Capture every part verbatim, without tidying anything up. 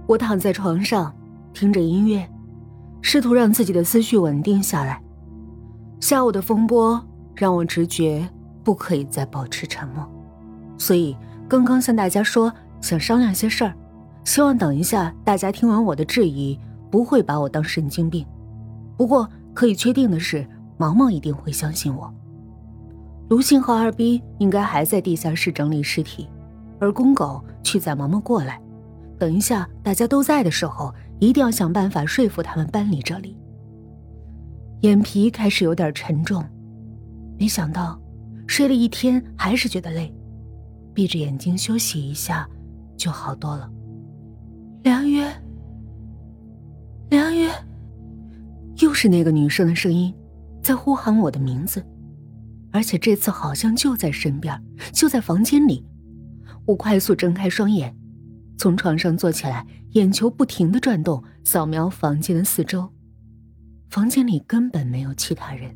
我躺在床上，听着音乐，试图让自己的思绪稳定下来。下午的风波让我直觉不可以再保持沉默，所以刚刚向大家说想商量些事儿，希望等一下大家听完我的质疑不会把我当神经病。不过可以确定的是，毛毛一定会相信我。卢信和二逼应该还在地下室整理尸体，而公狗去载毛毛过来。等一下大家都在的时候，一定要想办法说服他们搬离这里。眼皮开始有点沉重，没想到睡了一天还是觉得累，闭着眼睛休息一下就好多了。梁月，梁月，又是那个女生的声音在呼喊我的名字，而且这次好像就在身边，就在房间里。我快速睁开双眼，从床上坐起来，眼球不停地转动，扫描房间的四周。房间里根本没有其他人。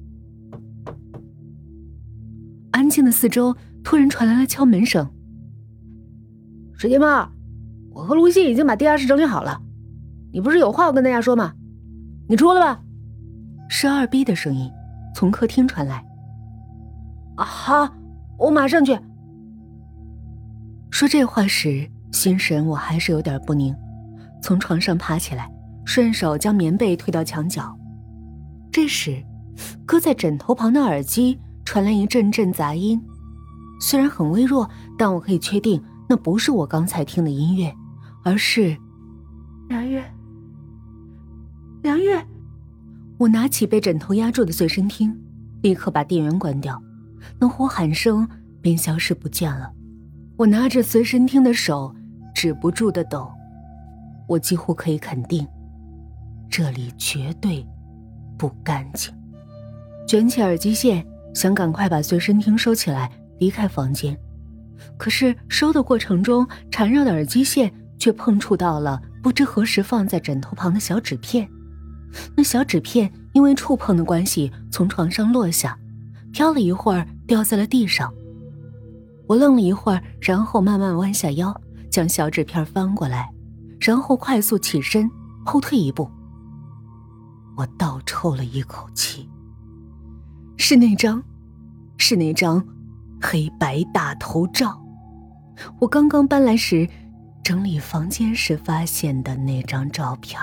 安静的四周突然传来了敲门声。 水姐妹，我和卢西已经把地下室整理好了，你不是有话要跟大家说吗？你出来吧。 是二逼的声音从客厅传来。 啊，好，我马上去。 说这话时心神我还是有点不宁，从床上爬起来，顺手将棉被推到墙角。这时搁在枕头旁的耳机传来一阵阵杂音，虽然很微弱，但我可以确定那不是我刚才听的音乐，而是梁月，梁月。 我拿起被枕头压住的随身听，立刻把电源关掉，那呼喊声便消失不见了。我拿着随身听的手止不住的抖，我几乎可以肯定，这里绝对不干净。卷起耳机线，想赶快把随身听收起来离开房间，可是收的过程中，缠绕的耳机线却碰触到了不知何时放在枕头旁的小纸片。那小纸片因为触碰的关系从床上落下，飘了一会儿掉在了地上。我愣了一会儿，然后慢慢弯下腰，将小纸片翻过来，然后快速起身后退一步。我倒抽了一口气，是那张是那张黑白大头照，我刚刚搬来时整理房间时发现的那张照片。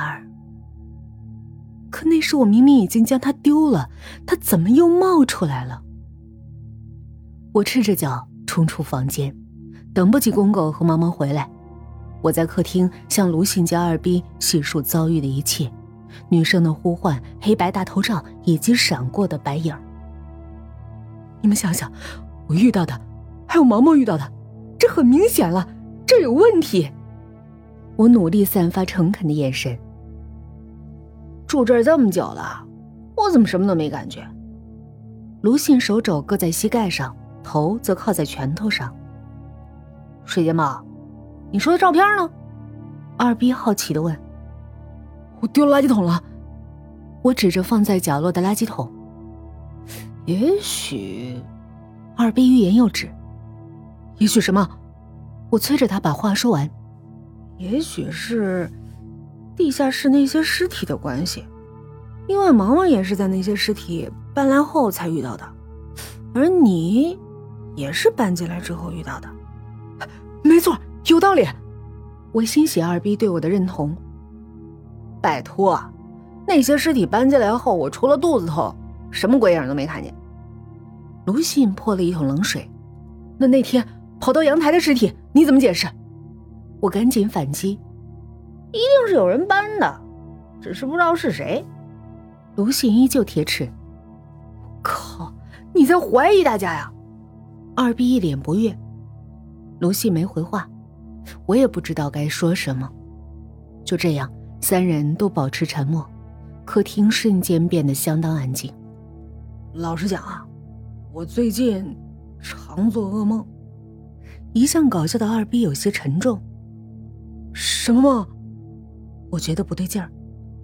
可那时我明明已经将它丢了，它怎么又冒出来了？我赤着脚冲出房间，等不及公狗和毛毛回来，我在客厅向卢信家二逼细述遭遇的一切，女生的呼唤、黑白大头照以及闪过的白影。你们想想，我遇到的还有毛毛遇到的，这很明显了，这有问题。我努力散发诚恳的眼神。 住这儿这么久了，我怎么什么都没感觉？ 卢信手肘搁在膝盖上，头则靠在拳头上。 水姐妈，你说的照片呢？ 二逼好奇地问。 我丢了垃圾桶了。 我指着放在角落的垃圾桶。 也许…… 二逼欲言又止。 也许什么？ 我催着他把话说完。 也许是地下室那些尸体的关系，因为毛毛也是在那些尸体搬来后才遇到的，而你也是搬进来之后遇到的。没错，有道理。 我欣喜二逼对我的认同。 拜托，那些尸体搬进来后，我除了肚子痛，什么鬼影都没看见。 卢信泼了一桶冷水。 那那天跑到阳台的尸体你怎么解释？ 我赶紧反击。 一定是有人搬的，只是不知道是谁。 卢信依旧铁齿。 靠，你在怀疑大家呀？ 二逼一脸不悦。卢信没回话，我也不知道该说什么。就这样，三人都保持沉默，客厅瞬间变得相当安静。 老实讲啊，我最近常做噩梦。 一向搞笑的二逼有些沉重。 什么梦？ 我觉得不对劲儿。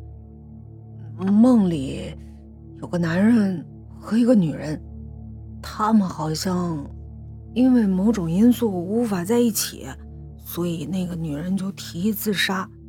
梦里有个男人和一个女人，他们好像因为某种因素无法在一起，所以那个女人就提议自杀，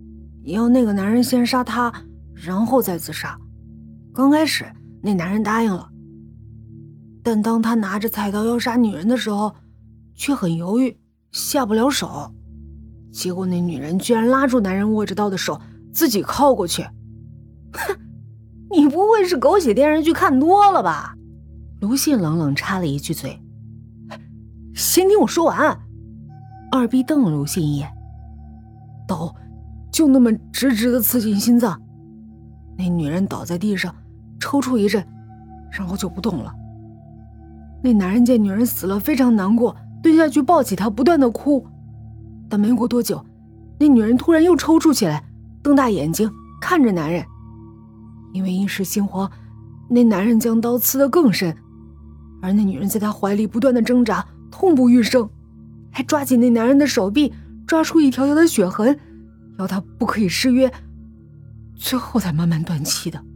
要那个男人先杀他，然后再自杀。刚开始那男人答应了，但当他拿着菜刀要杀女人的时候，却很犹豫，下不了手。结果那女人居然拉住男人握着刀的手，自己靠过去。哼，你不会是狗血电视剧看多了吧？ 卢信冷冷插了一句嘴。 先听我说完。 二逼瞪了卢信一眼， 刀就那么直直的刺进心脏。那女人倒在地上抽搐一阵，然后就不动了。那男人见女人死了，非常难过，蹲下去抱起她，不断的哭。但没过多久，那女人突然又抽搐起来，瞪大眼睛看着男人。因为一时心慌，那男人将刀刺得更深，而那女人在他怀里不断的挣扎，痛不欲生，还抓紧那男人的手臂，抓出一条条的血痕，要他不可以失约，最后才慢慢断气的。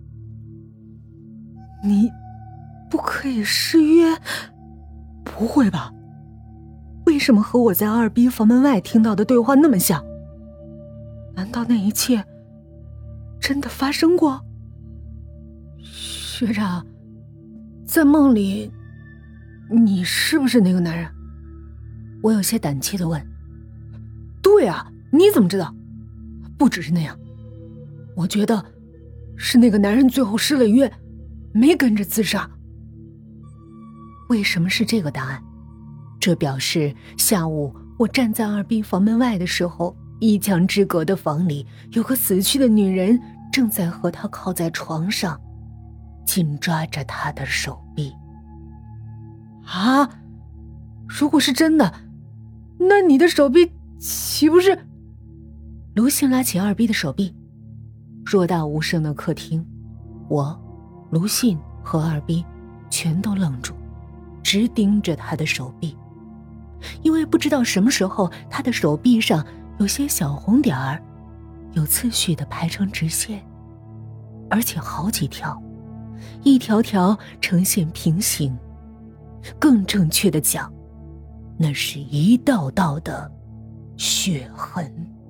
你不可以失约？不会吧？为什么和我在二逼房门外听到的对话那么像？难道那一切真的发生过？学长，在梦里你是不是那个男人？ 我有些胆怯地问。 对啊，你怎么知道？不只是那样，我觉得是那个男人最后失了约，没跟着自杀。 为什么是这个答案？这表示下午我站在二逼房门外的时候，一墙之隔的房里有个死去的女人正在和他靠在床上，紧抓着他的手臂。 啊，如果是真的，那你的手臂岂不是…… 卢信拉起二逼的手臂。偌大无声的客厅，我、卢信和二逼全都愣住，直盯着他的手臂。因为不知道什么时候他的手臂上有些小红点儿，有次序地排成直线，而且好几条，一条条呈现平行。更正确的讲，那是一道道的血痕。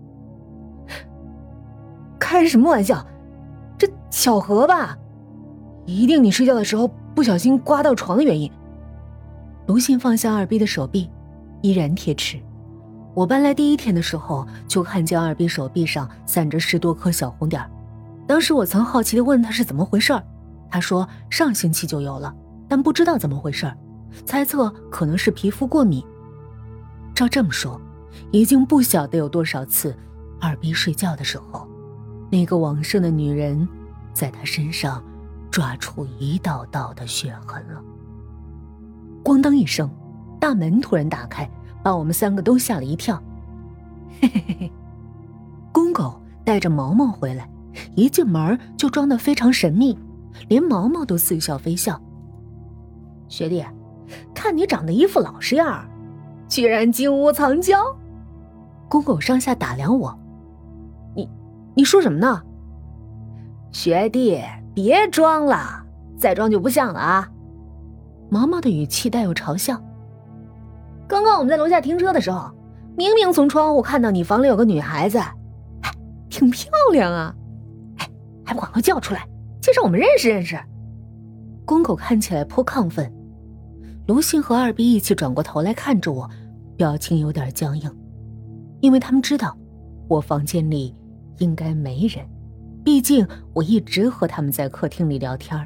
开什么玩笑？这巧合吧？一定你睡觉的时候不小心刮到床的原因。 卢信放下二逼的手臂，依然铁齿。我搬来第一天的时候，就看见二逼手臂上散着十多颗小红点。当时我曾好奇地问他是怎么回事，他说上星期就有了，但不知道怎么回事，猜测可能是皮肤过敏。照这么说，已经不晓得有多少次二逼睡觉的时候，那个往生的女人在他身上抓出一道道的血痕了。咣当一声，大门突然打开，把我们三个都吓了一跳。嘿嘿嘿嘿，公狗带着毛毛回来，一进门就装得非常神秘，连毛毛都似笑非笑。学弟，看你长得一副老实样，居然金屋藏娇。公狗上下打量我。你你说什么呢？学弟别装了，再装就不像了啊。毛毛的语气带有嘲笑。刚刚我们在楼下停车的时候，明明从窗户看到你房里有个女孩子，哎，挺漂亮啊，哎，还不赶快叫出来，介绍我们认识认识。公狗看起来颇亢奋。卢信和二逼一起转过头来看着我，表情有点僵硬，因为他们知道我房间里应该没人，毕竟我一直和他们在客厅里聊天。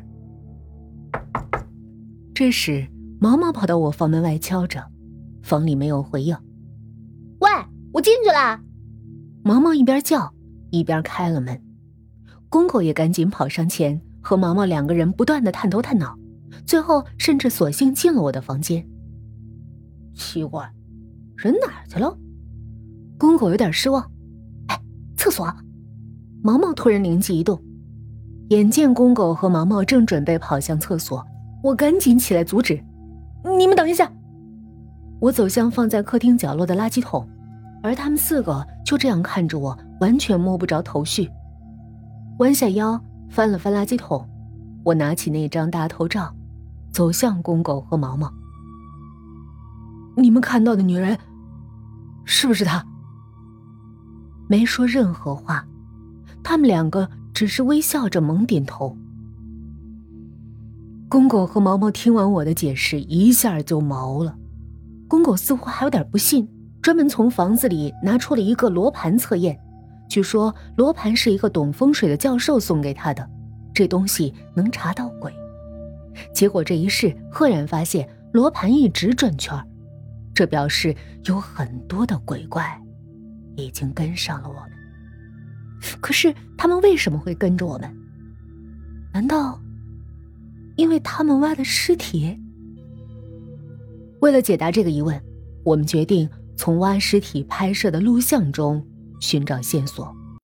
这时毛毛跑到我房门外敲着，房里没有回应。喂，我进去啦！毛毛一边叫一边开了门。公狗也赶紧跑上前，和毛毛两个人不断地探头探脑，最后甚至索性进了我的房间。奇怪，人哪儿去了？公狗有点失望。哎，厕所！毛毛突然灵机一动，眼见公狗和毛毛正准备跑向厕所，我赶紧起来阻止。你们等一下！我走向放在客厅角落的垃圾桶，而他们四个就这样看着我，完全摸不着头绪。弯下腰翻了翻垃圾桶，我拿起那张大头照，走向公狗和毛毛。你们看到的女人是不是她？没说任何话， 他们两个只是微笑着猛点头。公狗和毛毛听完我的解释，一下就毛了。公狗似乎还有点不信，专门从房子里拿出了一个罗盘测验。据说罗盘是一个懂风水的教授送给他的，这东西能查到鬼。结果这一试，赫然发现罗盘一直转圈，这表示有很多的鬼怪已经跟上了我们。可是他们为什么会跟着我们？难道因为他们挖的尸体？为了解答这个疑问，我们决定从挖尸体拍摄的录像中寻找线索。